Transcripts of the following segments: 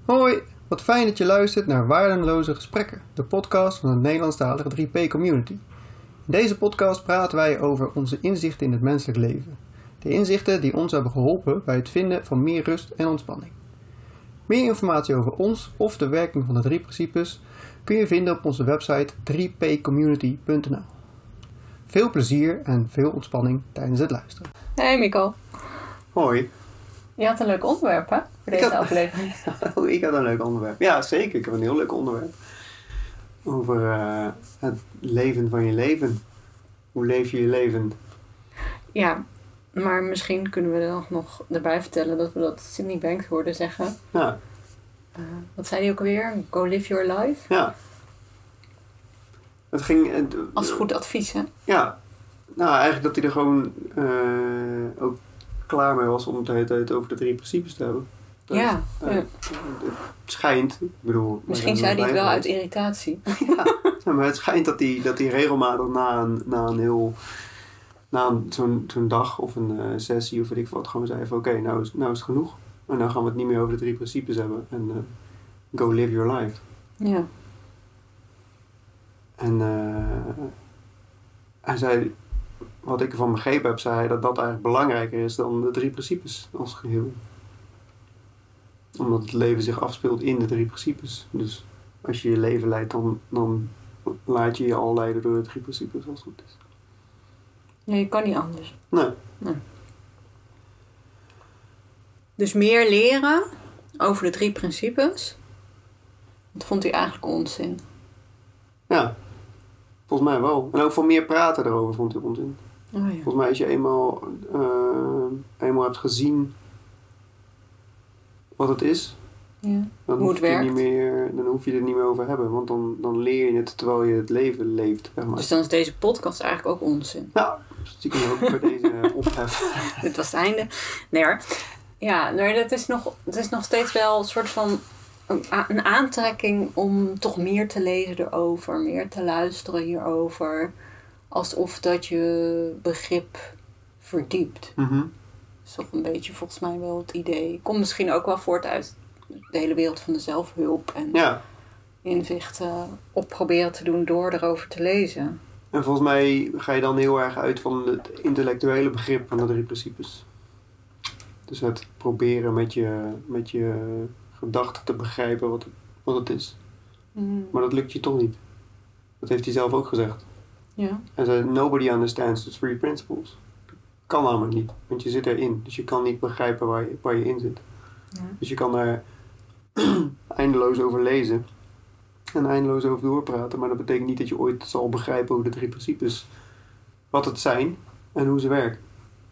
Hoi, wat fijn dat je luistert naar Waardeloze Gesprekken, de podcast van de Nederlandstalige 3P-community. In deze podcast praten wij over onze inzichten in het menselijk leven. De inzichten die ons hebben geholpen bij het vinden van meer rust en ontspanning. Meer informatie over ons of de werking van de 3 principes kun je vinden op onze website 3pcommunity.nl. Veel plezier en veel ontspanning tijdens het luisteren. Hey Mikkel. Hoi. Je had een leuk onderwerp hè, voor deze aflevering. Ik had een leuk onderwerp. Ja, zeker. Ik heb een heel leuk onderwerp. Over het leven van je leven. Hoe leef je je leven? Ja, maar misschien kunnen we nog erbij vertellen dat we dat Sydney Banks hoorden zeggen. Ja. Wat zei hij ook alweer? Go live your life. Ja. Het ging... Als goed advies, hè? Ja. Nou, eigenlijk dat hij er gewoon ook klaar mee was om het over de 3 principes te hebben. Ja. Het schijnt, ik bedoel... Misschien zei hij het wel uit irritatie. Ja, maar het schijnt dat hij regelmatig na zo'n dag of een sessie of weet ik wat, gewoon zei van oké, nou is het genoeg. En dan gaan we het niet meer over de 3 principes hebben. En go live your life. Ja. En hij zei, wat ik ervan begrepen heb, zei hij dat eigenlijk belangrijker is dan de 3 principes als geheel. Omdat het leven zich afspeelt in de 3 principes. Dus als je je leven leidt, dan laat je je al leiden door de 3 principes als het goed is. Ja, je kan niet anders. Nee. Dus meer leren over de 3 principes, dat vond hij eigenlijk onzin. Ja, volgens mij wel. En ook voor meer praten erover vond ik onzin. Oh, ja. Volgens mij als je eenmaal hebt gezien wat het is, Ja. dan Hoe het werkt. Dan hoef je het niet meer over hebben. Want dan leer je het terwijl je het leven leeft. Zeg maar. Dus dan is deze podcast eigenlijk ook onzin. Nou, stiekem ook bij deze ophef. Dit was het einde. Nee hoor. Ja, maar het is nog steeds wel een soort van een aantrekking om toch meer te lezen erover. Meer te luisteren hierover. Alsof dat je begrip verdiept. Mhm. Dat is toch een beetje volgens mij wel het idee. Komt misschien ook wel voort uit de hele wereld van de zelfhulp. En inzichten op proberen te doen door erover te lezen. En volgens mij ga je dan heel erg uit van het intellectuele begrip van de 3 principes. Dus het proberen met je gedachten te begrijpen wat het is. Mm. Maar dat lukt je toch niet. Dat heeft hij zelf ook gezegd. Ja. Hij zei, nobody understands the 3 principles. Kan namelijk niet, want je zit erin. Dus je kan niet begrijpen waar je in zit. Ja. Dus je kan daar eindeloos over lezen. En eindeloos over doorpraten. Maar dat betekent niet dat je ooit zal begrijpen hoe de 3 principes, wat het zijn en hoe ze werken.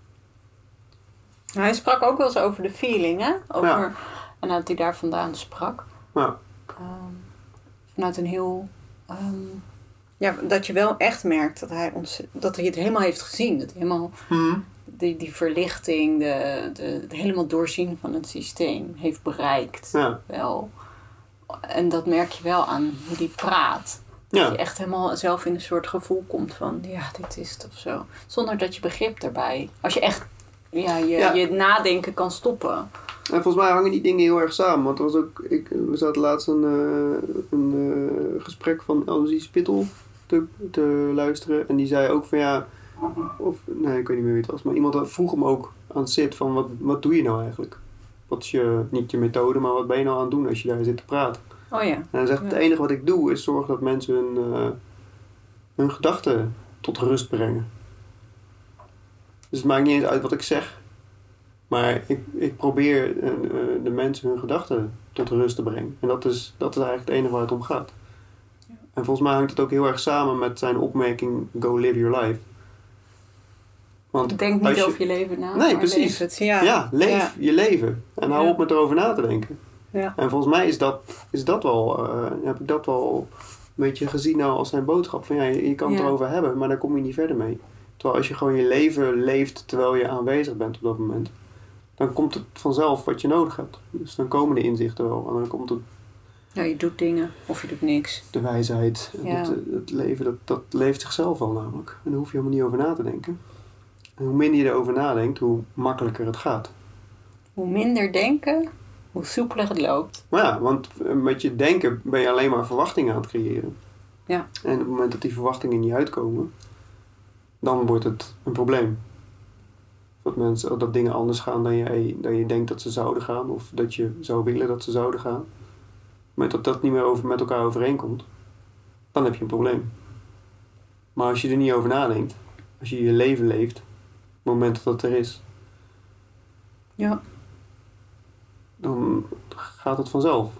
Hij sprak ook wel eens over de feeling, hè? En dat hij daar vandaan sprak. Ja. Vanuit een heel... dat je wel echt merkt dat hij het helemaal heeft gezien. Dat hij helemaal die verlichting, de helemaal doorzien van het systeem heeft bereikt. Ja. Wel. En dat merk je wel aan hoe die praat. Ja. Dat je echt helemaal zelf in een soort gevoel komt van... Ja, dit is het of zo. Zonder dat je begrip daarbij... Als je echt je nadenken kan stoppen. En volgens mij hangen die dingen heel erg samen. Want er was ook, we zaten laatst een gesprek van Elsie Spittel te luisteren. En die zei ook van ik weet niet meer wie het was. Maar iemand vroeg hem ook aan Sid van wat doe je nou eigenlijk? Wat is niet je methode, maar wat ben je nou aan het doen als je daar zit te praten? Oh ja. En hij zegt, het enige wat ik doe is zorgen dat mensen hun gedachten tot rust brengen. Dus het maakt niet eens uit wat ik zeg. Maar ik probeer de mensen hun gedachten tot rust te brengen. En dat is eigenlijk het enige waar het om gaat. Ja. En volgens mij hangt het ook heel erg samen met zijn opmerking go live your life. Want denk niet over je leven na. Nee, precies. Leef het. Leef je leven. En hou op met erover na te denken. Ja. En volgens mij heb ik dat wel een beetje gezien nou als zijn boodschap. Van je kan het erover hebben, maar daar kom je niet verder mee. Terwijl als je gewoon je leven leeft terwijl je aanwezig bent op dat moment, dan komt het vanzelf wat je nodig hebt. Dus dan komen de inzichten wel. En dan komt het... Ja, je doet dingen of je doet niks. De wijsheid. Ja. Het leven, dat leeft zichzelf al namelijk. En daar hoef je helemaal niet over na te denken. En hoe minder je erover nadenkt, hoe makkelijker het gaat. Hoe minder denken, hoe soepeler het loopt. Maar ja, want met je denken ben je alleen maar verwachtingen aan het creëren. Ja. En op het moment dat die verwachtingen niet uitkomen, dan wordt het een probleem. Dat dingen anders gaan dan je denkt dat ze zouden gaan. Of dat je zou willen dat ze zouden gaan. Maar dat dat niet meer met elkaar overeenkomt, dan heb je een probleem. Maar als je er niet over nadenkt, als je je leven leeft, op het moment dat dat er is, Ja. dan gaat het vanzelf.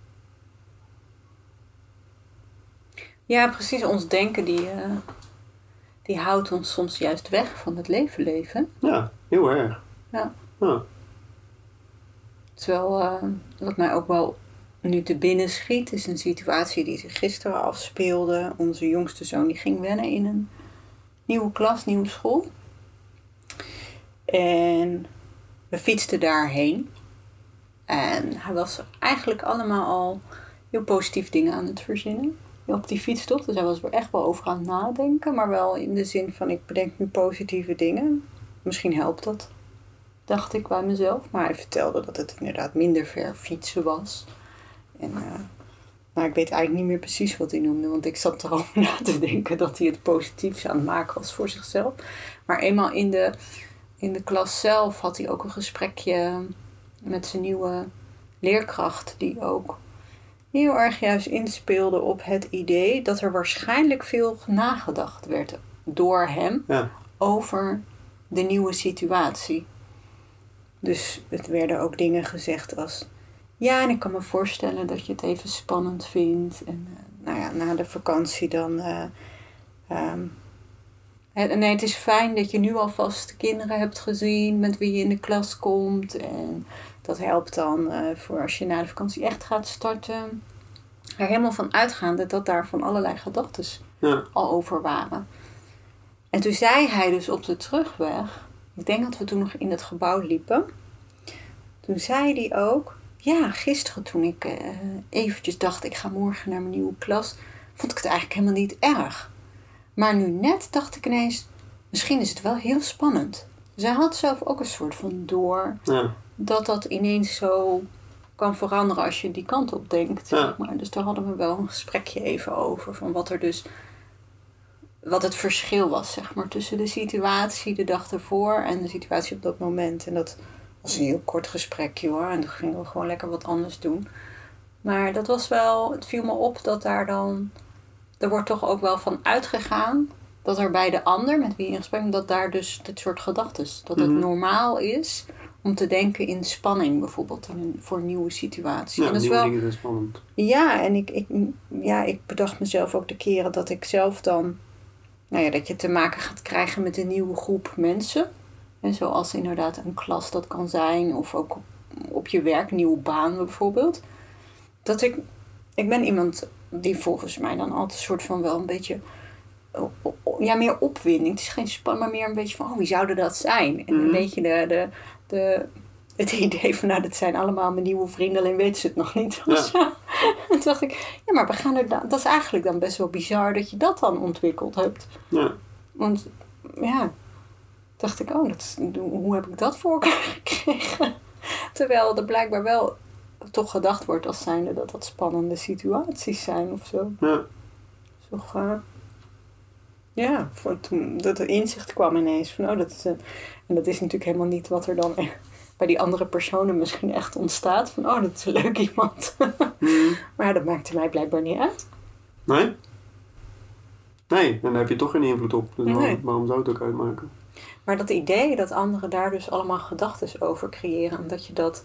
Ja, precies. Ons denken die houdt ons soms juist weg van het leven. Ja, heel erg. Ja. Ja. Terwijl, wat mij ook wel nu te binnen schiet, is een situatie die zich gisteren afspeelde. Onze jongste zoon die ging wennen in een nieuwe klas, nieuwe school. En we fietsten daarheen. En hij was eigenlijk allemaal al heel positief dingen aan het verzinnen. Op die fietstocht. Dus hij was er echt wel over aan het nadenken. Maar wel in de zin van, ik bedenk nu positieve dingen. Misschien helpt dat, dacht ik bij mezelf. Maar hij vertelde dat het inderdaad minder ver fietsen was. En ik weet eigenlijk niet meer precies wat hij noemde. Want ik zat erover na te denken dat hij het positiefs aan het maken was voor zichzelf. Maar eenmaal in de klas zelf had hij ook een gesprekje met zijn nieuwe leerkracht. Die ook heel erg juist inspeelde op het idee dat er waarschijnlijk veel nagedacht werd door hem over de nieuwe situatie. Dus het werden ook dingen gezegd als, ja, en ik kan me voorstellen dat je het even spannend vindt. En na de vakantie dan, nee, het is fijn dat je nu alvast kinderen hebt gezien met wie je in de klas komt. En dat helpt dan voor als je na de vakantie echt gaat starten. Er helemaal van uitgaande dat daar van allerlei gedachten al over waren. En toen zei hij dus op de terugweg, ik denk dat we toen nog in het gebouw liepen. Toen zei hij ook, ja, gisteren toen ik eventjes dacht, ik ga morgen naar mijn nieuwe klas, vond ik het eigenlijk helemaal niet erg. Maar nu net dacht ik ineens, misschien is het wel heel spannend. Dus hij had zelf ook een soort van door dat ineens zo kan veranderen als je die kant op denkt. Zeg maar. Dus daar hadden we wel een gesprekje even over. Van wat het verschil was, zeg maar, tussen de situatie de dag ervoor en de situatie op dat moment. En dat was een heel kort gesprekje hoor. En toen gingen we gewoon lekker wat anders doen. Maar dat was wel, het viel me op dat er wordt toch ook wel van uitgegaan dat er bij de ander, met wie je in gesprek bent, dat daar dus dit soort gedachten, dat het normaal is om te denken in spanning bijvoorbeeld voor een nieuwe situatie. Ja, en dat nieuwe is wel, dingen zijn spannend. Ja, en ik bedacht mezelf ook de keren dat ik zelf dan, dat je te maken gaat krijgen met een nieuwe groep mensen. En zoals inderdaad een klas dat kan zijn, of ook op je werk, een nieuwe baan bijvoorbeeld. Dat ik ben iemand die volgens mij dan altijd een soort van wel een beetje, meer opwinding. Het is geen spanning, maar meer een beetje van, wie zouden dat zijn? En een beetje het idee van, dat zijn allemaal mijn nieuwe vrienden, alleen weten ze het nog niet. Ja. En toen dacht ik, maar we gaan dat is eigenlijk dan best wel bizar dat je dat dan ontwikkeld hebt. Ja. Want, dacht ik, hoe heb ik dat voor elkaar gekregen? Terwijl er blijkbaar wel toch gedacht wordt als zijnde dat spannende situaties zijn of zo. Ja. Toch, toen dat er inzicht kwam ineens van, en dat is natuurlijk helemaal niet wat er dan bij die andere personen misschien echt ontstaat. Van, dat is een leuk iemand. Maar dat maakte mij blijkbaar niet uit. Nee? Nee, en daar heb je toch geen invloed op. Dus waarom zou het ook uitmaken? Maar dat idee dat anderen daar dus allemaal gedachten over creëren en dat je dat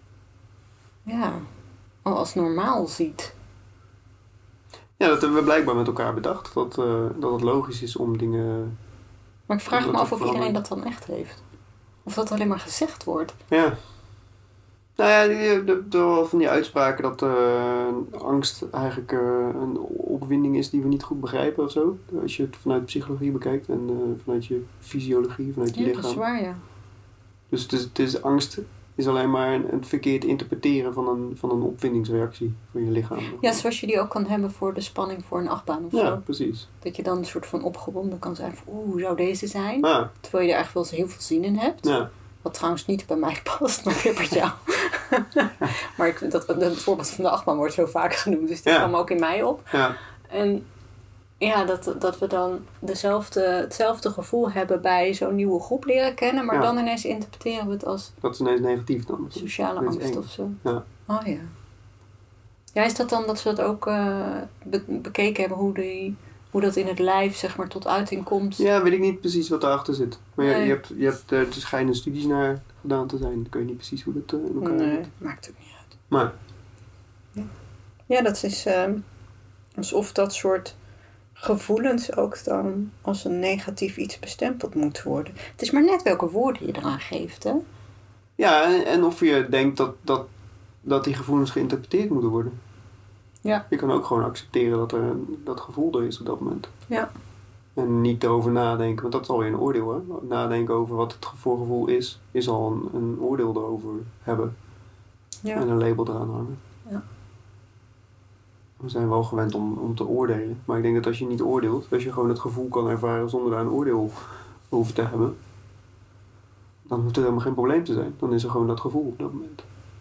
al als normaal ziet. Ja, dat hebben we blijkbaar met elkaar bedacht. Dat het logisch is om dingen. Maar ik vraag me af of iedereen dat dan echt heeft. Of dat alleen maar gezegd wordt. Ja. Nou ja, door van die uitspraken dat angst eigenlijk een opwinding is die we niet goed begrijpen of zo. Als je het vanuit psychologie bekijkt en vanuit je fysiologie, vanuit je lichaam. Ja, dat is waar, ja. Dus het is angst is alleen maar een verkeerd interpreteren van een opwindingsreactie van je lichaam. Ja, zoals je die ook kan hebben voor de spanning voor een achtbaan of zo. Ja, precies. Dat je dan een soort van opgewonden kan zijn van, hoe zou deze zijn? Ja. Terwijl je er eigenlijk wel eens heel veel zin in hebt. Ja. Wat trouwens niet bij mij past, maar weer bij jou. Maar ik vind het voorbeeld van de achtbaan wordt zo vaak genoemd. Dus die kwam ook in mij op. Ja. En ja, dat we dan hetzelfde gevoel hebben bij zo'n nieuwe groep leren kennen. Maar dan ineens interpreteren we het als... Dat is ineens negatief dan. Sociale angst of zo. Ja. Oh ja. Ja, is dat dan dat ze dat ook bekeken hebben, hoe dat in het lijf, zeg maar, tot uiting komt? Ja, weet ik niet precies wat erachter zit. Maar je hebt er schijnen studies naar gedaan te zijn. Dan kun je niet precies hoe dat in elkaar zit. Maakt ook niet uit. Maar. Ja, dat is alsof dat soort gevoelens ook dan als een negatief iets bestempeld moet worden. Het is maar net welke woorden je eraan geeft, hè? Ja, en of je denkt dat die gevoelens geïnterpreteerd moeten worden. Ja. Je kan ook gewoon accepteren dat er dat gevoel er is op dat moment. Ja. En niet erover nadenken, want dat is alweer een oordeel. Hè? Nadenken over wat het voorgevoel is al een oordeel erover hebben. Ja. En een label eraan hangen. Ja. We zijn wel gewend om te oordelen. Maar ik denk dat als je niet oordeelt, als je gewoon het gevoel kan ervaren zonder daar een oordeel over te hebben, dan hoeft het helemaal geen probleem te zijn. Dan is er gewoon dat gevoel op dat moment.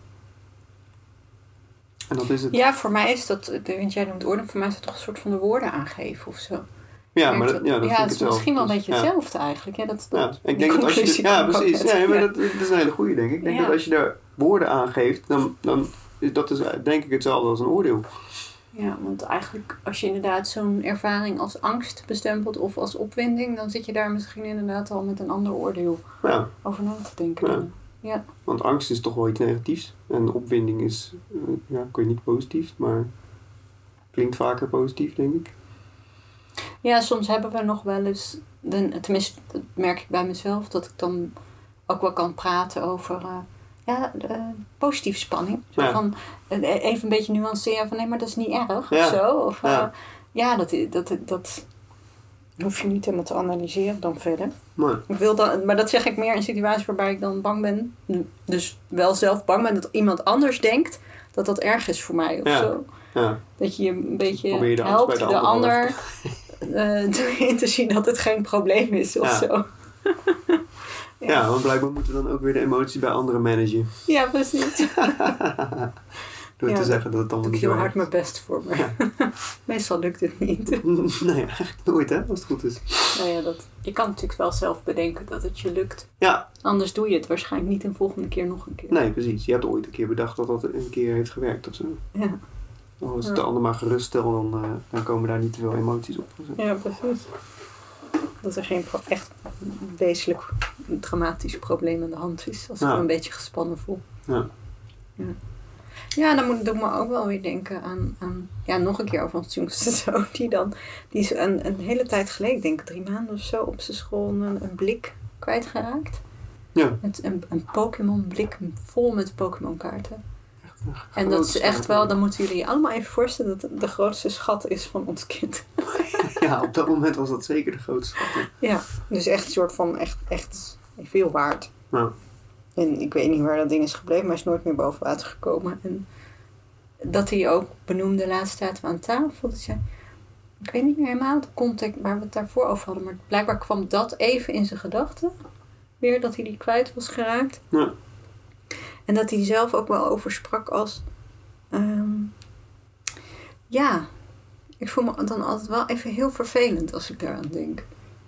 En dat is het. Ja, voor mij is dat, want jij noemt oordeel, voor mij is het toch een soort van de woorden aangeven of zo. Ja, maar dat vind ik het is misschien wel een beetje hetzelfde eigenlijk. Ja, ik denk dat als je precies. Ja, maar dat is een hele goede, denk ik. Ik denk dat als je daar woorden aan geeft, dan is dat denk ik hetzelfde als een oordeel. Ja, want eigenlijk als je inderdaad zo'n ervaring als angst bestempelt of als opwinding, dan zit je daar misschien inderdaad al met een ander oordeel over na te denken. Ja. Want angst is toch wel iets negatiefs. En opwinding is, ik weet niet positief, maar klinkt vaker positief, denk ik. Ja, soms hebben we nog wel eens, tenminste dat merk ik bij mezelf, dat ik dan ook wel kan praten over positieve spanning. Zo van, even een beetje nuanceren van nee, maar dat is niet erg of zo. Of, dat hoef je niet helemaal te analyseren dan verder. Maar dat zeg ik meer in situaties waarbij ik dan bang ben. Dus wel zelf bang ben dat iemand anders denkt dat dat erg is voor mij of zo. Ja. Dat je een beetje helpt de ander in te zien dat het geen probleem is of zo. Ja, want blijkbaar moeten we dan ook weer de emotie bij anderen managen. Ja, precies. Door te zeggen dat het allemaal niet zo is. Ik doe hard mijn best voor me. Ja. Meestal lukt het niet. Nee, eigenlijk nooit, hè, als het goed is. Nou ja, je kan natuurlijk wel zelf bedenken dat het je lukt. Ja. Anders doe je het waarschijnlijk niet een volgende keer nog een keer. Nee, precies. Je hebt ooit een keer bedacht dat dat een keer heeft gewerkt of zo. Ja. Als het de ander maar geruststel, dan komen daar niet te veel emoties op. Ja, precies. Dat er geen echt wezenlijk dramatisch probleem aan de hand is. Als ik me een beetje gespannen voel. Ja, dan doe ik me ook wel weer denken aan nog een keer over ons jongste zoon. Die is een hele tijd geleden, denk ik 3 maanden of zo, op zijn school een blik kwijtgeraakt. Ja. Een Pokémon blik vol met Pokémon kaarten. En dat is echt wel, dan moeten jullie je allemaal even voorstellen dat het de grootste schat is van ons kind. Ja, op dat moment was dat zeker de grootste schat. Ja, dus echt een soort van echt veel waard. Ja. En ik weet niet waar dat ding is gebleven, maar hij is nooit meer boven water gekomen. En dat hij ook benoemde, laatst zaten we aan tafel. Dat zei, ik weet niet meer helemaal de context waar we het daarvoor over hadden, maar blijkbaar kwam dat even in zijn gedachten. Weer dat hij die kwijt was geraakt. Ja. En dat hij zelf ook wel over sprak als... ik voel me dan altijd wel even heel vervelend als ik daaraan denk.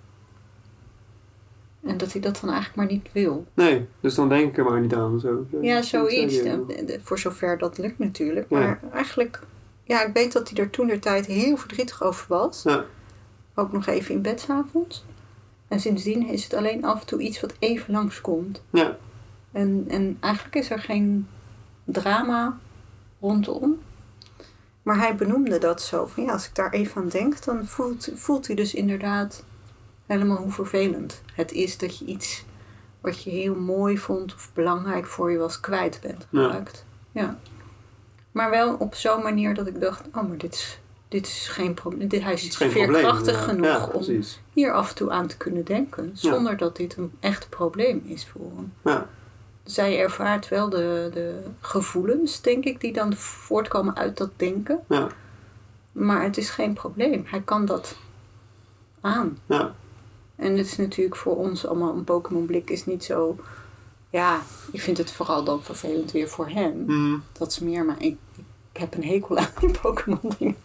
En dat hij dat dan eigenlijk maar niet wil. Nee, dus dan denk ik er maar niet aan. Zo. Ja, zoiets. Voor zover dat lukt natuurlijk. Ja. Maar eigenlijk... Ja, ik weet dat hij er toentertijd heel verdrietig over was. Ja. Ook nog even in bed 's avonds. En sindsdien is het alleen af en toe iets wat even langskomt. Ja. En eigenlijk is er geen drama rondom. Maar hij benoemde dat zo. Van als ik daar even aan denk, dan voelt hij dus inderdaad helemaal hoe vervelend het is dat je iets wat je heel mooi vond of belangrijk voor je was kwijt bent geraakt. Ja. Maar wel op zo'n manier dat ik dacht, oh, maar dit is geen probleem. Hij is veerkrachtig genoeg om hier af en toe aan te kunnen denken. Zonder dat dit een echt probleem is voor hem. Ja. Zij ervaart wel de gevoelens, denk ik, die dan voortkomen uit dat denken. Ja. Maar het is geen probleem. Hij kan dat aan. Ja. En het is natuurlijk voor ons allemaal een Pokémon blik is niet zo ja, ik vind het vooral dan vervelend weer voor hem. Dat is meer, maar ik heb een hekel aan die Pokémon dingen.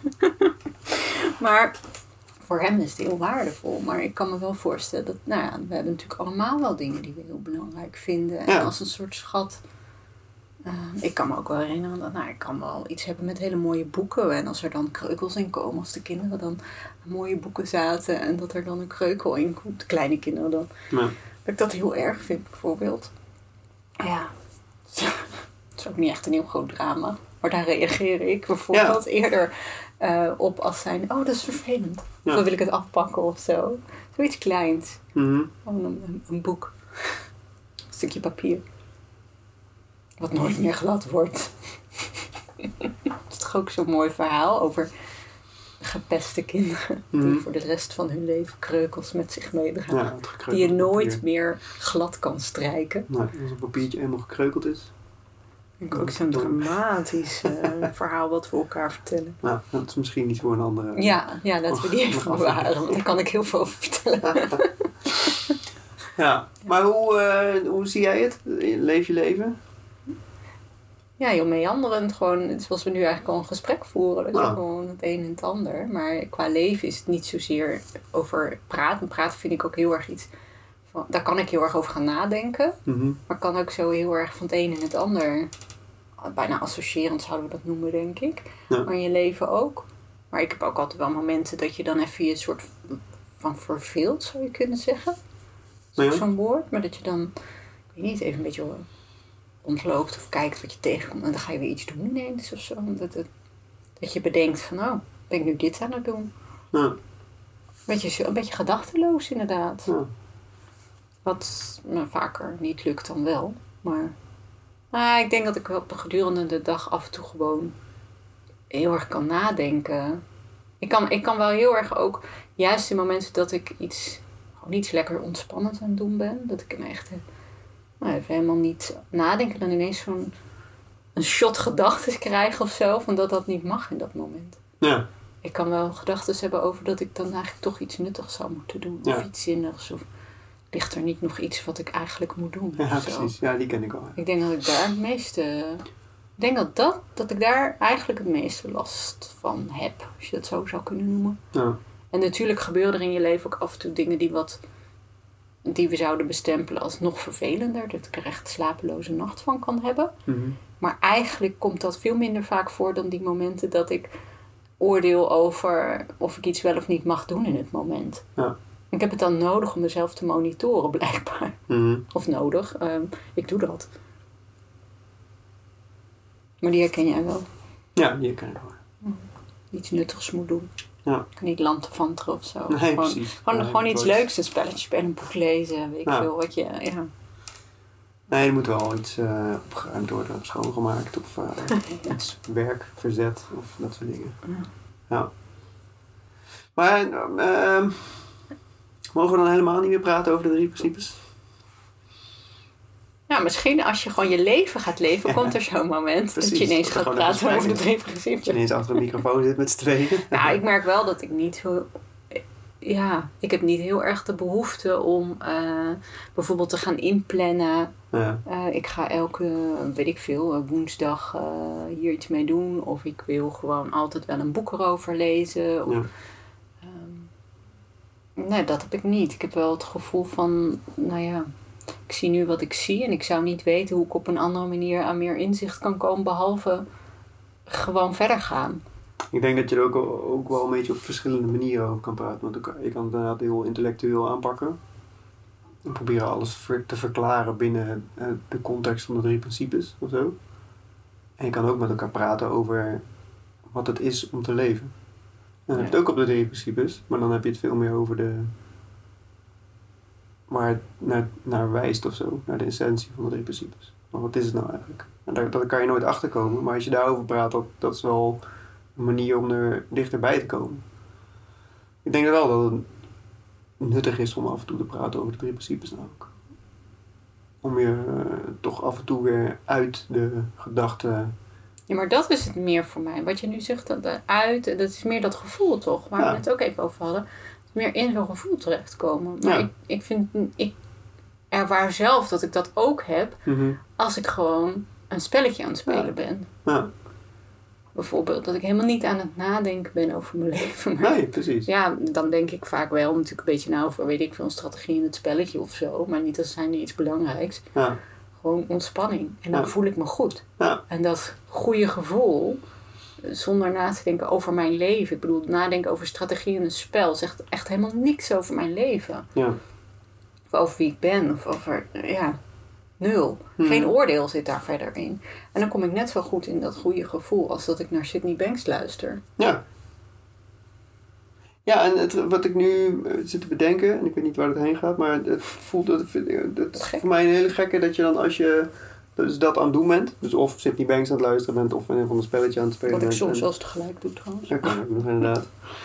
Maar voor hem is het heel waardevol. Maar ik kan me wel voorstellen dat, we hebben natuurlijk allemaal wel dingen die we heel belangrijk vinden. En als een soort schat. Ik kan me ook wel herinneren dat, ik kan wel iets hebben met hele mooie boeken. En als er dan kreukels in komen, als de kinderen dan mooie boeken zaten en dat er dan een kreukel in komt, de kleine kinderen dan. Ja. Dat ik dat heel erg vind, bijvoorbeeld. Ja, het is ook niet echt een heel groot drama. Maar daar reageer ik bijvoorbeeld eerder op als zijn, dat is vervelend. Of dan wil ik het afpakken of zo. Zoiets kleins. Gewoon een boek. Een stukje papier. Wat nooit meer glad wordt. Dat is toch ook zo'n mooi verhaal over gepeste kinderen. Die voor de rest van hun leven kreukels met zich meedragen. Die je nooit meer glad kan strijken. Nee, als een papiertje eenmaal gekreukeld is. Ook zo'n dramatisch verhaal wat we elkaar vertellen. Nou, dat is misschien niet voor een andere... Ja, laten we die even bewaren. Want daar kan ik heel veel over vertellen. Ja, maar hoe zie jij het? Leef je leven? Ja, heel meanderend. Gewoon, zoals we nu eigenlijk al een gesprek voeren. Dat je gewoon het een en het ander. Maar qua leven is het niet zozeer over praten. Praten vind ik ook heel erg iets... Daar kan ik heel erg over gaan nadenken. Maar kan ook zo heel erg van het een en het ander... Bijna associërend zouden we dat noemen, denk ik. Ja. Maar in je leven ook. Maar ik heb ook altijd wel momenten dat je dan even je soort van verveelt, zou je kunnen zeggen. Dat is ook zo'n woord. Maar dat je dan, ik weet niet, even een beetje ontloopt of kijkt wat je tegenkomt. En dan ga je weer iets doen ineens of zo. Dat je bedenkt van, ben ik nu dit aan het doen? Ja. Een beetje gedachteloos inderdaad. Ja. Wat me vaker niet lukt dan wel. Maar ik denk dat ik op gedurende de dag af en toe gewoon heel erg kan nadenken. Ik kan wel heel erg ook, juist in momenten dat ik gewoon iets lekker ontspannend aan het doen ben. Dat ik hem echt even helemaal niet nadenken. Dan ineens een shot gedachten krijg of zo. Van dat niet mag in dat moment. Ja. Ik kan wel gedachten hebben over dat ik dan eigenlijk toch iets nuttigs zou moeten doen. Ja. Of iets zinnigs. Of ligt er niet nog iets wat ik eigenlijk moet doen? Ja, precies. Ja, die ken ik al. Ik denk dat ik daar het meeste... Ik denk dat ik daar eigenlijk het meeste last van heb. Als je dat zo zou kunnen noemen. Ja. En natuurlijk gebeuren er in je leven ook af en toe dingen die we zouden bestempelen als nog vervelender. Dat ik er echt slapeloze nacht van kan hebben. Mm-hmm. Maar eigenlijk komt dat veel minder vaak voor dan die momenten dat ik oordeel over of ik iets wel of niet mag doen in het moment. Ja. Ik heb het dan nodig om mezelf te monitoren, blijkbaar. Mm-hmm. Of nodig. Ik doe dat. Maar die herken jij wel. Ja, die herken ik wel. Iets nuttigs moet doen. Ja. Ik kan niet lantefanteren of zo. Nee, precies. Gewoon iets leuks. Een spelletje spelen, een boek lezen. Weet ik veel wat je... Ja. Nee, er moet wel iets opgeruimd worden of schoongemaakt. Of iets werk verzet. Of dat soort dingen. Ja. Maar... mogen we dan helemaal niet meer praten over de 3 principes? Nou, misschien als je gewoon je leven gaat leven, komt er zo'n moment dat je ineens gaat praten over de 3 principes. Dat je ineens achter een microfoon zit met z'n tweeën. Nou, ik merk wel dat ik niet zo... Ja, ik heb niet heel erg de behoefte om bijvoorbeeld te gaan inplannen. Ja. Ik ga elke, weet ik veel, woensdag hier iets mee doen. Of ik wil gewoon altijd wel een boek erover lezen. Of, nee, dat heb ik niet. Ik heb wel het gevoel van, ik zie nu wat ik zie. En ik zou niet weten hoe ik op een andere manier aan meer inzicht kan komen. Behalve gewoon verder gaan. Ik denk dat je er ook wel een beetje op verschillende manieren over kan praten. Want je kan het inderdaad heel intellectueel aanpakken. En proberen alles te verklaren binnen de context van de 3 principes of zo. En je kan ook met elkaar praten over wat het is om te leven. En dan heb je het ook op de 3 principes. Maar dan heb je het veel meer over waar het naar wijst of zo. Naar de essentie van de 3 principes. Maar wat is het nou eigenlijk? En daar kan je nooit achter komen. Maar als je daarover praat, dat is wel een manier om er dichterbij te komen. Ik denk wel dat het nuttig is om af en toe te praten over de 3 principes nou ook. Om je toch af en toe weer uit de gedachten... Ja, maar dat is het meer voor mij. Wat je nu zegt, dat is meer dat gevoel toch? Waar we het ook even over hadden. Meer in zo'n gevoel terechtkomen. Maar ik vind... ervaar zelf dat ik dat ook heb als ik gewoon een spelletje aan het spelen ben. Ja. Bijvoorbeeld dat ik helemaal niet aan het nadenken ben over mijn leven. Maar Nee, precies. ja, dan denk ik vaak wel natuurlijk een beetje over, weet ik veel, een strategie in het spelletje of zo. Maar niet als zijnde iets belangrijks. Ja. Gewoon ontspanning. En dan voel ik me goed. Ja. En dat goede gevoel, zonder na te denken over mijn leven. Ik bedoel, nadenken over strategie in een spel zegt echt helemaal niks over mijn leven. Ja. Of over wie ik ben. Of over, nul. Geen oordeel zit daar verder in. En dan kom ik net zo goed in dat goede gevoel als dat ik naar Sydney Banks luister. Ja. Ja, en wat ik nu zit te bedenken, en ik weet niet waar het heen gaat, maar het voelt, het is voor mij een hele gekke dat je dan als je dus dat aan het doen bent, dus of Sydney Banks aan het luisteren bent, of een van de spelletje aan het spelen Wat bent. ik soms wel eens tegelijk doe trouwens. Dat kan ook nog inderdaad.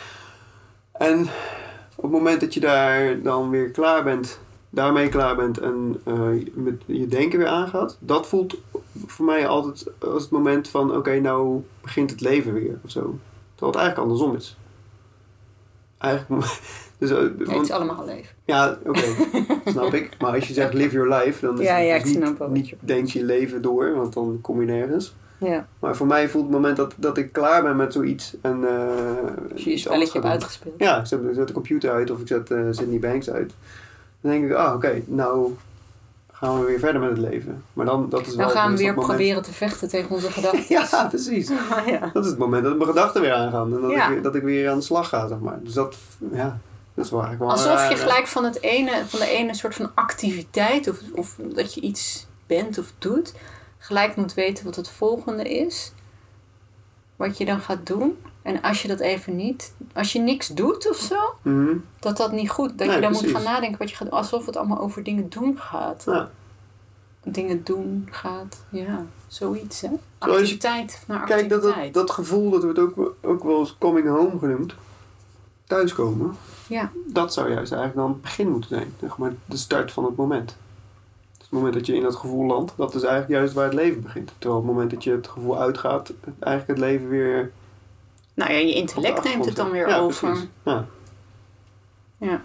En op het moment dat je daar dan weer daarmee klaar bent en met je denken weer aangaat, dat voelt voor mij altijd als het moment van oké, nou begint het leven weer of zo. Terwijl het eigenlijk andersom is. Eigenlijk, dus, Het is allemaal leven. Ja, oké, snap ik. Maar als je zegt live your life, dan is het dus niet denk je leven door, want dan kom je nergens. Ja. Maar voor mij voelt het moment dat ik klaar ben met zoiets. En, als je je spelletje hebt uitgespeeld. Ja, ik zet de computer uit of ik zet Sydney Banks uit. Dan denk ik, oké, nou gaan we weer verder met het leven. Maar dat is wel gaan we weer proberen te vechten tegen onze gedachten. Ja, precies. Ja. Dat is het moment dat mijn gedachten weer aangaan. En dat ik weer aan de slag ga, zeg maar. Dus dat is wel eigenlijk wel alsof je gelijk van de ene soort van activiteit of dat je iets bent of doet, gelijk moet weten wat het volgende is. Wat je dan gaat doen. En als je dat even niet, als je niks doet of zo, dat niet goed, dat je dan moet gaan nadenken wat je gaat doen. Alsof het allemaal over dingen doen gaat. Ja. Dingen doen gaat, zoiets hè. Activiteit naar activiteit. Kijk, dat gevoel, dat wordt ook wel eens coming home genoemd. Thuiskomen. Ja. Dat zou juist eigenlijk dan het begin moeten zijn. Zeg maar de start van het moment. Het moment dat je in dat gevoel landt, dat is eigenlijk juist waar het leven begint. Terwijl op het moment dat je het gevoel uitgaat, eigenlijk het leven weer... Nou ja, je intellect neemt het dan weer over. Precies. Ja. Ja.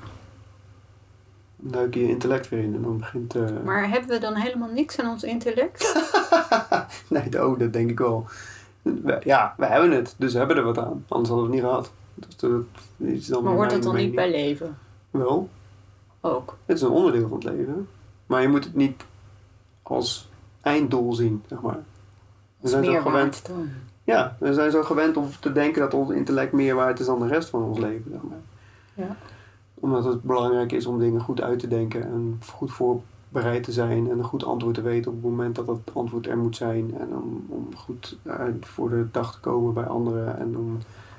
Dan duik je intellect weer in en dan begint... Maar hebben we dan helemaal niks aan ons intellect? Nee, dat denk ik wel. Ja, we hebben het, dus we hebben er wat aan. Anders hadden we het niet gehad. Maar hoort dat dan niet bij leven? Wel. Ook. Het is een onderdeel van het leven. Maar je moet het niet als einddoel zien, zeg maar. We zijn zo gewend. Ja, we zijn zo gewend om te denken dat ons intellect meer waard is dan de rest van ons leven, zeg maar. Ja. Omdat het belangrijk is om dingen goed uit te denken en goed voorbereid te zijn en een goed antwoord te weten op het moment dat het antwoord er moet zijn. En om goed voor de dag te komen bij anderen en om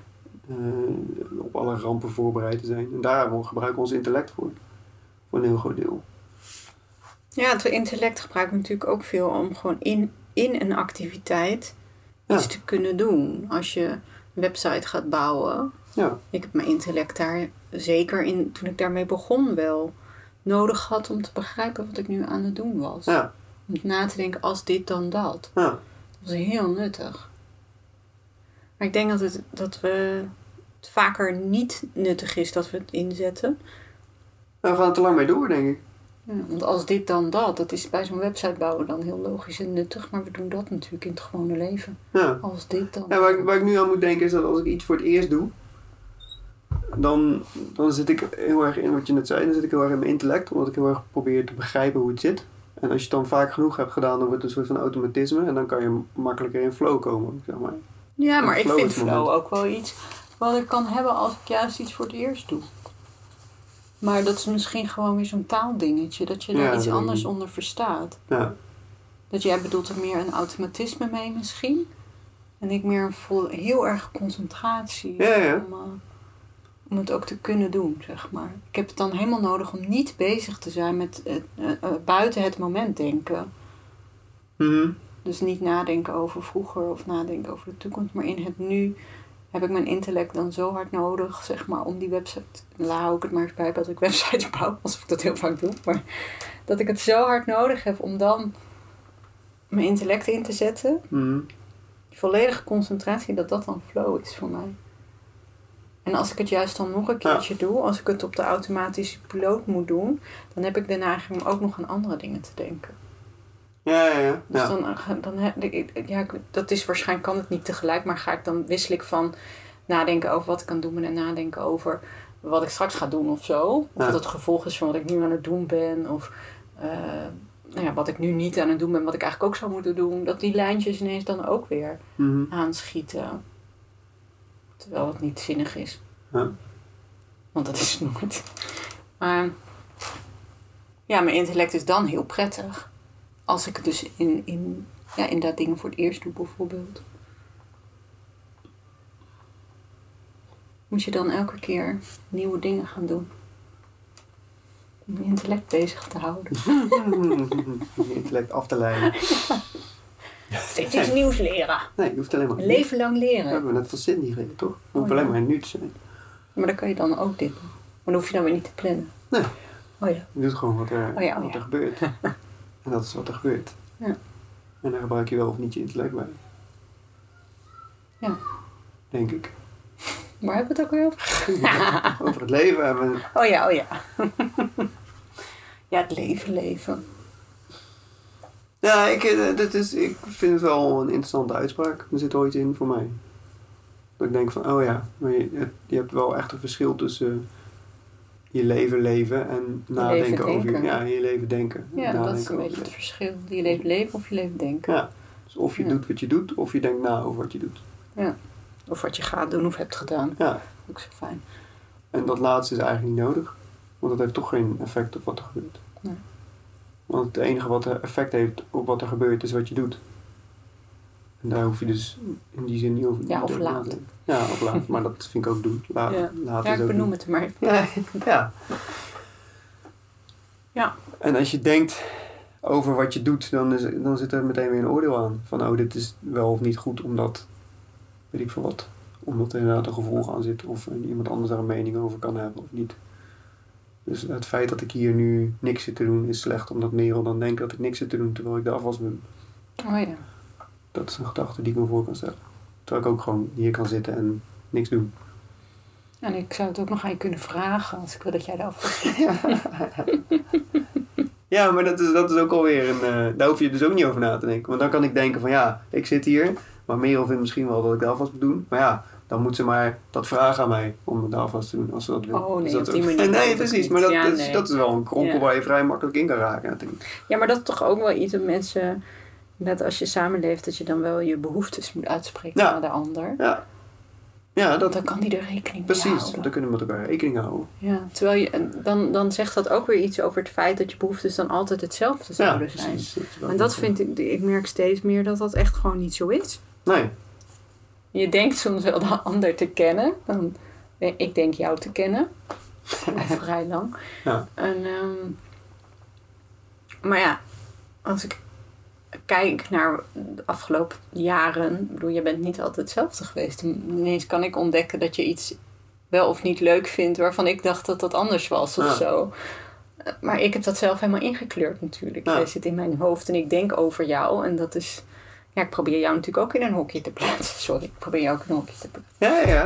op alle rampen voorbereid te zijn. En daar gebruiken we ons intellect voor een heel groot deel. Ja, het intellect gebruiken we natuurlijk ook veel om gewoon in een activiteit iets te kunnen doen. Als je een website gaat bouwen. Ja. Ik heb mijn intellect daar zeker toen ik daarmee begon wel nodig gehad om te begrijpen wat ik nu aan het doen was. Ja. Om na te denken als dit dan dat. Ja. Dat was heel nuttig. Maar ik denk dat het vaker niet nuttig is dat we het inzetten. Nou, we gaan er te lang mee door, denk ik. Ja, want als dit dan dat is bij zo'n website bouwen dan heel logisch en nuttig. Maar we doen dat natuurlijk in het gewone leven. Ja. Als dit dan... Ja, waar ik nu aan moet denken is dat als ik iets voor het eerst doe, dan zit ik heel erg in wat je net zei. Dan zit ik heel erg in mijn intellect, omdat ik heel erg probeer te begrijpen hoe het zit. En als je het dan vaak genoeg hebt gedaan, dan wordt het een soort van automatisme. En dan kan je makkelijker in flow komen, zeg maar. Ja, maar ik vind flow ook wel iets wat ik kan hebben als ik juist iets voor het eerst doe. Maar dat is misschien gewoon weer zo'n taaldingetje. Dat je daar iets anders onder verstaat. Ja. Dat jij bedoelt er meer een automatisme mee misschien. En ik meer heel erg concentratie. Ja. Om het ook te kunnen doen, zeg maar. Ik heb het dan helemaal nodig om niet bezig te zijn met buiten het moment denken. Mm-hmm. Dus niet nadenken over vroeger of nadenken over de toekomst. Maar in het nu heb ik mijn intellect dan zo hard nodig, zeg maar, om die website... hou ik het maar eens bij dat ik websites bouw, alsof ik dat heel vaak doe. Maar dat ik het zo hard nodig heb om dan mijn intellect in te zetten. Mm-hmm. Die volledige concentratie, dat dan flow is voor mij. En als ik het juist dan nog een keertje doe, als ik het op de automatische piloot moet doen, dan heb ik de neiging om ook nog aan andere dingen te denken. Ja. Dus dat is waarschijnlijk, kan het niet tegelijk, maar wissel ik van nadenken over wat ik kan doen ben en nadenken over wat ik straks ga doen of zo. Of wat het gevolg is van wat ik nu aan het doen ben. Of wat ik nu niet aan het doen ben, wat ik eigenlijk ook zou moeten doen. Dat die lijntjes ineens dan ook weer aanschieten. Terwijl het niet zinnig is. Ja. Want dat is het nooit. Maar mijn intellect is dan heel prettig. Als ik het dus in dat dingen voor het eerst doe bijvoorbeeld. Moet je dan elke keer nieuwe dingen gaan doen. Om je intellect bezig te houden. Je intellect af te leiden. Steeds iets nieuws leren. Nee, je hoeft alleen maar... Een leven lang leren. Dat hebben we net van Cindy geleerd, toch? Je hoeft alleen maar nu te zijn. Maar dan kan je dan ook dit doen. Maar dan hoef je dan weer niet te plannen. Nee. Oh ja. Je doet gewoon wat er gebeurt. En dat is wat er gebeurt. Ja. En daar gebruik je wel of niet je intellect bij. Ja. Denk ik. Waar hebben we het ook weer over? Over het leven hebben we... Oh ja. Ja, het leven. Ja, ik vind het wel een interessante uitspraak. Er zit ooit in voor mij. Dat ik denk van, maar je hebt wel echt een verschil tussen je leven en nadenken over je leven denken. Ja, dat is een beetje het verschil. Je leven of je leven denken. Ja, dus of je doet wat je doet, of je denkt na over wat je doet. Ja, of wat je gaat doen of hebt gedaan. Ja. Ook zo fijn. En dat laatste is eigenlijk niet nodig. Want dat heeft toch geen effect op wat er gebeurt. Nee. Want het enige wat effect heeft op wat er gebeurt is wat je doet. En daar hoef je dus in die zin niet over te of laat. Ja, of laat. Maar dat vind ik ook doen. Laat ik benoem het maar even. Ja. En als je denkt over wat je doet, dan zit er meteen weer een oordeel aan. Van, dit is wel of niet goed, omdat, weet ik veel wat, omdat er inderdaad een gevolg aan zit. Of iemand anders daar een mening over kan hebben of niet. Dus het feit dat ik hier nu niks zit te doen is slecht, omdat Merel dan denkt dat ik niks zit te doen terwijl ik de afwas ben. Oh ja. Dat is een gedachte die ik me voor kan stellen. Terwijl ik ook gewoon hier kan zitten en niks doen. En ik zou het ook nog aan je kunnen vragen als ik wil dat jij de afwas doet. Ja, maar dat is ook alweer daar hoef je dus ook niet over na te denken. Want dan kan ik denken van ik zit hier, maar Merel vindt misschien wel dat ik de afwas moet doen. Maar dan moet ze maar dat vragen aan mij om de afwas te doen als ze dat wil. Oh nee, dus op die manier. Nee, precies. Maar dat is wel een kronkel waar je vrij makkelijk in kan raken natuurlijk. Ja, maar dat is toch ook wel iets dat mensen, net als je samenleeft, dat je dan wel je behoeftes moet uitspreken naar de ander. Ja. Ja, dan kan die er rekening mee houden. Precies, dan kunnen we met elkaar rekening houden. Ja, terwijl dan zegt dat ook weer iets over het feit dat je behoeftes dan altijd hetzelfde zouden zijn. En dat vind ik merk steeds meer dat echt gewoon niet zo is. Nee. Je denkt soms wel de ander te kennen. Ik denk jou te kennen. Vrij lang. Ja. En, maar ja, als ik kijk naar de afgelopen jaren, ik bedoel, je bent niet altijd hetzelfde geweest. Ineens kan ik ontdekken dat je iets wel of niet leuk vindt waarvan ik dacht dat dat anders was of zo. Maar ik heb dat zelf helemaal ingekleurd natuurlijk. Jij zit in mijn hoofd en ik denk over jou en dat is... Ja, ik probeer jou natuurlijk ook in een hokje te plaatsen. Sorry, ik probeer jou ook in een hokje te plaatsen. Ja.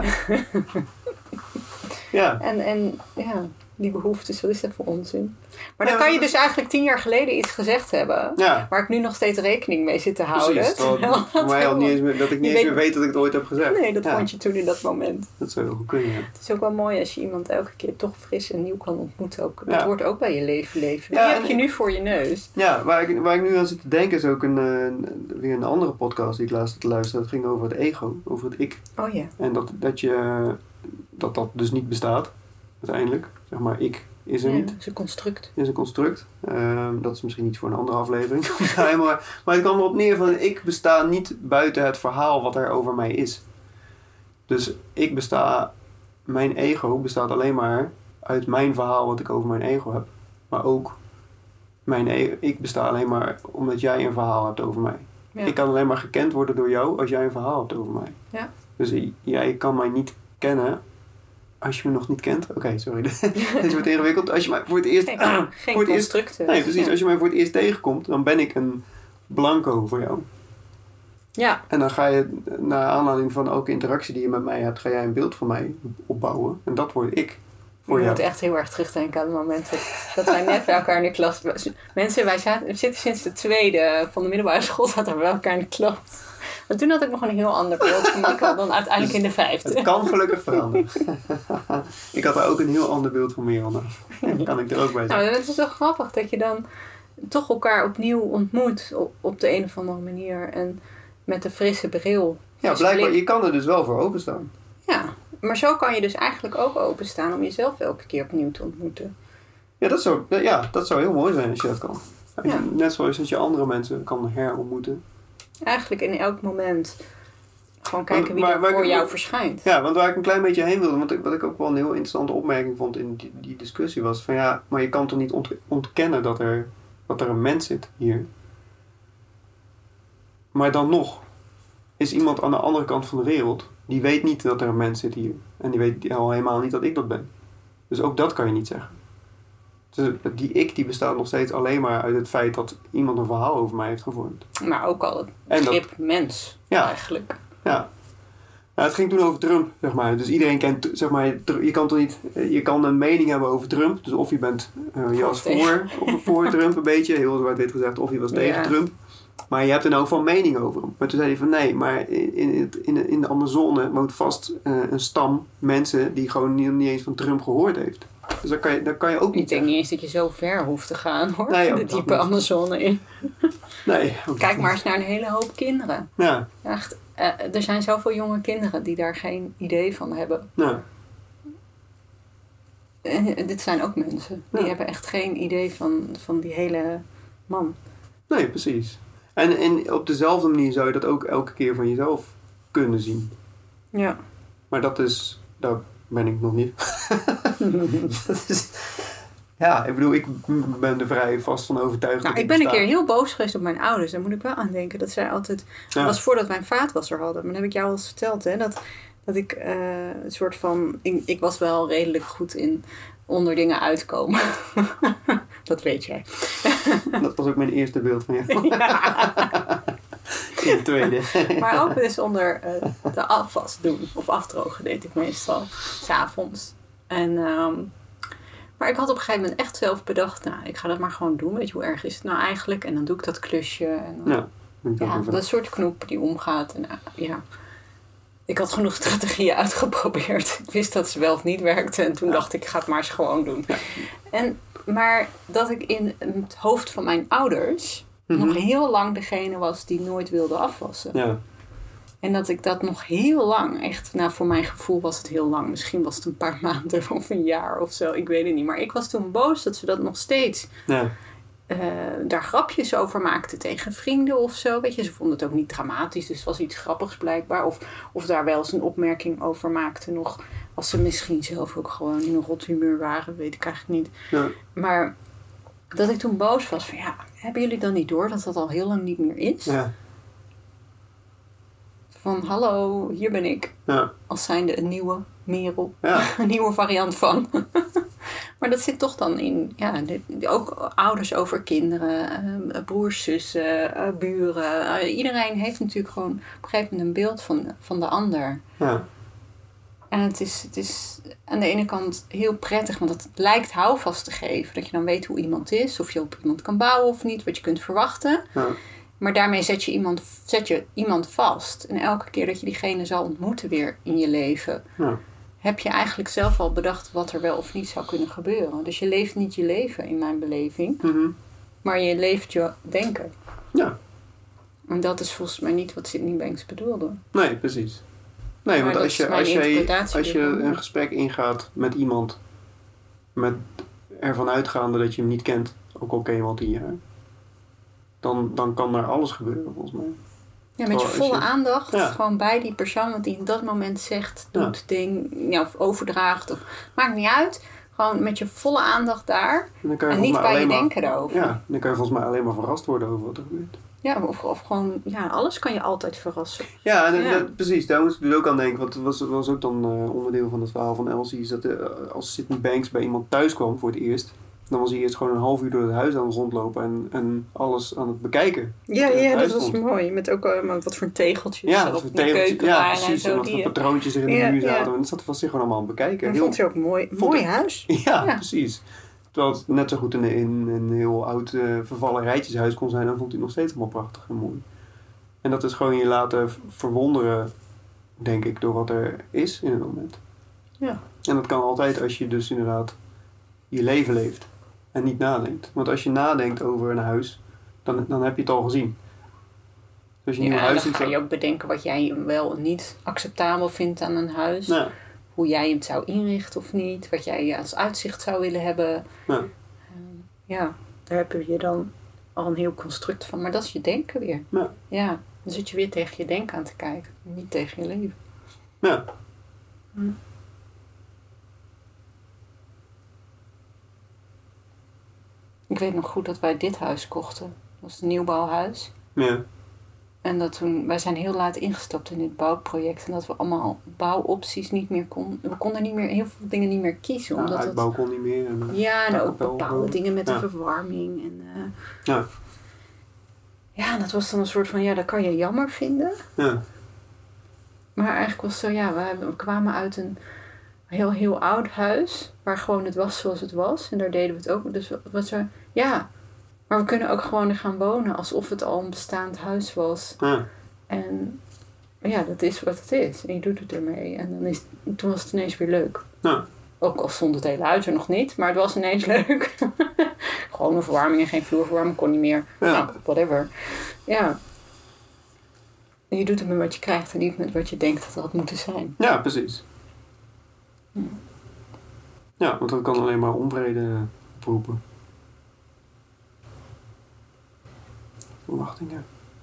Ja. En die behoeftes, wat is dat voor onzin? Maar dan kan je dus eigenlijk 10 jaar geleden iets gezegd hebben... waar ik nu nog steeds rekening mee zit te houden. Precies, voor mij al niet eens meer, dat ik niet eens meer weet dat ik het ooit heb gezegd. Nee, dat vond je toen in dat moment. Dat zou heel goed kunnen, ja. Het is ook wel mooi als je iemand elke keer toch fris en nieuw kan ontmoeten. Ook. Dat hoort ook bij je leven. Die heb je nu voor je neus. Ja, waar ik nu aan zit te denken is ook weer een andere podcast die ik laatst had te luisteren. Dat ging over het ego, over het ik. Oh ja. En dat dus niet bestaat, uiteindelijk. Zeg maar, ik is er niet. Het is een construct. Het is een construct. Dat is misschien niet voor een andere aflevering. maar het kwam erop neer van, ik besta niet buiten het verhaal wat er over mij is. Dus mijn ego bestaat alleen maar uit mijn verhaal wat ik over mijn ego heb. Maar ook, ik besta alleen maar omdat jij een verhaal hebt over mij. Ja. Ik kan alleen maar gekend worden door jou als jij een verhaal hebt over mij. Ja. Dus jij kan mij niet kennen als je me nog niet kent. Oké, sorry. Dit wordt ingewikkeld. Als je mij voor het eerst... Geen constructen. Nee, precies. Als je mij voor het eerst tegenkomt, dan ben ik een blanco voor jou. Ja. En dan ga je, naar aanleiding van elke interactie die je met mij hebt, ga jij een beeld van mij opbouwen. En dat word ik voor Je jou. moet echt heel erg terugdenken aan het moment dat wij net bij elkaar in de klas... Mensen, we zitten sinds de tweede van de middelbare school zaten we bij elkaar in de klas. Maar toen had ik nog een heel ander beeld van Mikkel dan uiteindelijk in de 5e. Het kan gelukkig veranderen. Ik had er ook een heel ander beeld van Miranda. Kan ik er ook bij zijn. Nou, het is wel grappig dat je dan toch elkaar opnieuw ontmoet op de een of andere manier. En met een frisse bril. Ja, blijkbaar. Je kan er dus wel voor openstaan. Ja, maar zo kan je dus eigenlijk ook openstaan om jezelf elke keer opnieuw te ontmoeten. Ja, dat zou heel mooi zijn als je dat kan. Ja. Net zoals dat je andere mensen kan herontmoeten. Eigenlijk in elk moment gewoon kijken wie er voor jou verschijnt. Ja, want waar ik een klein beetje heen wilde, want wat ik ook wel een heel interessante opmerking vond in die discussie was van ja, maar je kan toch niet ontkennen dat er een mens zit hier. Maar dan nog is iemand aan de andere kant van de wereld, die weet niet dat er een mens zit hier. En die weet al helemaal niet dat ik dat ben. Dus ook dat kan je niet zeggen. Dus die ik die bestaat nog steeds alleen maar uit het feit dat iemand een verhaal over mij heeft gevormd. Maar ook al het begrip mens eigenlijk. Ja. Nou, het ging toen over Trump, zeg maar. Dus iedereen kent, zeg maar, je kan een mening hebben over Trump. Dus of je bent, je was voor Trump een beetje, heel zwart-wit gezegd, of je was tegen Trump. Maar je hebt in elk geval mening over hem. Maar toen zei hij van nee, maar in de Amazone woont vast een stam mensen die gewoon niet eens van Trump gehoord heeft. Dus daar kan je ook niet. Ik denk niet eens dat je zo ver hoeft te gaan hoor. Nee, de diepe Amazone in. Nee. Kijk maar eens naar een hele hoop kinderen. Ja. Echt, er zijn zoveel jonge kinderen die daar geen idee van hebben. Ja. En dit zijn ook mensen. Die hebben echt geen idee van die hele man. Nee, precies. En op dezelfde manier zou je dat ook elke keer van jezelf kunnen zien. Ja. Maar daar ben ik nog niet. Ja, ik bedoel, ik ben er vrij vast van overtuigd. Nou, ik ben een keer heel boos geweest op mijn ouders. Daar moet ik wel aan denken. Dat zij altijd... Dat was voordat wij een vaatwasser hadden. Maar dat heb ik jou al eens verteld. Hè? Dat ik een soort van... Ik was wel redelijk goed in onder dingen uitkomen. Dat weet jij. Dat was ook mijn eerste beeld van jou. Ja. In de tweede. Maar ook dus onder de afwas doen. Of afdrogen deed ik meestal. 'S avonds. Maar ik had op een gegeven moment echt zelf bedacht... Nou, ik ga dat maar gewoon doen. Weet je, hoe erg is het nou eigenlijk? En dan doe ik dat klusje. En dan, dat soort knoep die omgaat. En, ik had genoeg strategieën uitgeprobeerd. Ik wist dat ze wel of niet werkten. En toen dacht ik ga het maar eens gewoon doen. Ja. Maar dat ik in het hoofd van mijn ouders... nog heel lang degene was die nooit wilde afwassen. Ja. En dat ik dat nog heel lang, echt, voor mijn gevoel was het heel lang. Misschien was het een paar maanden of een jaar of zo, ik weet het niet. Maar ik was toen boos dat ze dat nog steeds daar grapjes over maakten tegen vrienden of zo. Weet je, ze vonden het ook niet dramatisch, dus het was iets grappigs blijkbaar. Of daar wel eens een opmerking over maakten nog. Als ze misschien zelf ook gewoon in een rot humeur waren, weet ik eigenlijk niet. Ja. Maar dat ik toen boos was van hebben jullie dan niet door dat dat al heel lang niet meer is? Ja. Van hallo, hier ben ik. Ja. Als zijnde een nieuwe Merel. Ja. Een nieuwe variant van. Maar dat zit toch dan in, ook ouders over kinderen, broers, zussen, buren. Iedereen heeft natuurlijk gewoon op een gegeven moment een beeld van de ander. Ja. En het is aan de ene kant heel prettig, want het lijkt houvast te geven. Dat je dan weet hoe iemand is, of je op iemand kan bouwen of niet, wat je kunt verwachten. Ja. Maar daarmee zet je iemand vast. En elke keer dat je diegene zal ontmoeten weer in je leven... Ja. Heb je eigenlijk zelf al bedacht wat er wel of niet zou kunnen gebeuren. Dus je leeft niet je leven in mijn beleving. Mm-hmm. Maar je leeft je denken. Ja. En dat is volgens mij niet wat Sydney Banks bedoelde. Nee, precies. Nee, maar want als je een gesprek ingaat met iemand... met ervan uitgaande dat je hem niet kent... ook al ken je hem al 10 jaar... Dan kan er alles gebeuren, volgens mij. Ja, met je volle aandacht. Ja. Gewoon bij die persoon wat die in dat moment zegt, doet, of overdraagt. Of, maakt niet uit. Gewoon met je volle aandacht daar. En niet bij je denken erover. Ja, dan kan je volgens mij alleen maar verrast worden over wat er gebeurt. Ja, of gewoon, alles kan je altijd verrassen. Ja, precies. Daar moest ik dus ook aan denken. Want het was ook dan onderdeel van het verhaal van Elsie. Is dat als Sydney Banks bij iemand thuis kwam voor het eerst... Dan was hij eerst gewoon een half uur door het huis aan het rondlopen en alles aan het bekijken. Ja, dat was mooi. Met ook wat voor tegeltjes er op de keuken waren precies, en zo. Wat voor patroontjes er in de muur zaten. En dat zat vast zich gewoon allemaal aan het bekijken. En vond hij ook mooi huis. Ja, precies. Terwijl het net zo goed in een heel oud vervallen rijtjeshuis kon zijn, dan vond hij het nog steeds helemaal prachtig en mooi. En dat is gewoon je laten verwonderen, denk ik, door wat er is in het moment. Ja. En dat kan altijd als je dus inderdaad je leven leeft en niet nadenkt. Want als je nadenkt over een huis, dan heb je het al gezien. Dus je nieuw huis dan ga je ook bedenken wat jij wel niet acceptabel vindt aan een huis. Ja. Hoe jij het zou inrichten of niet. Wat jij als uitzicht zou willen hebben. Ja. Daar heb je dan al een heel construct van. Maar dat is je denken weer. Ja. Dan zit je weer tegen je denken aan te kijken. Niet tegen je leven. Ja. Ik weet nog goed dat wij dit huis kochten. Dat was een nieuwbouwhuis. Ja. En dat wij zijn heel laat ingestapt in dit bouwproject. En dat we allemaal bouwopties niet meer konden. We konden niet meer, heel veel dingen niet meer kiezen. Omdat uitbouw kon niet meer. En ook bepaalde dingen met de verwarming. En, en dat was dan een soort van, dat kan je jammer vinden. Ja. Maar eigenlijk was het zo, we kwamen uit een heel oud huis. Waar gewoon het was zoals het was. En daar deden we het ook. Dus wat zo, maar we kunnen ook gewoon er gaan wonen alsof het al een bestaand huis was. Ja. En dat is wat het is. En je doet het ermee. En toen was het ineens weer leuk. Ja. Ook al stond het hele huis er nog niet, maar het was ineens leuk. Gewoon een verwarming en geen vloerverwarming kon niet meer. Ja. Nou, whatever. Ja. En je doet het met wat je krijgt en niet met wat je denkt dat het had moeten zijn. Ja, precies. Ja, want dat kan alleen maar onvrede oproepen. Verwachtingen.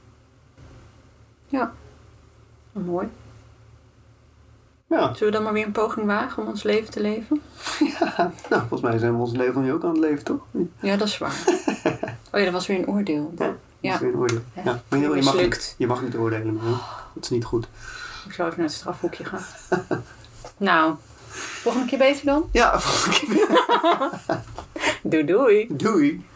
Ja. Mooi. Ja. Zullen we dan maar weer een poging wagen om ons leven te leven? Ja, volgens mij zijn we ons leven nu ook aan het leven, toch? Ja, dat is waar. Dat was weer een oordeel. Ja, dat is weer een oordeel. Ja. Maar je mag niet oordelen, maar dat is niet goed. Ik zal even naar het strafhoekje gaan. Nou, volgende keer beter dan? Ja, volgende keer. Doei. Doei.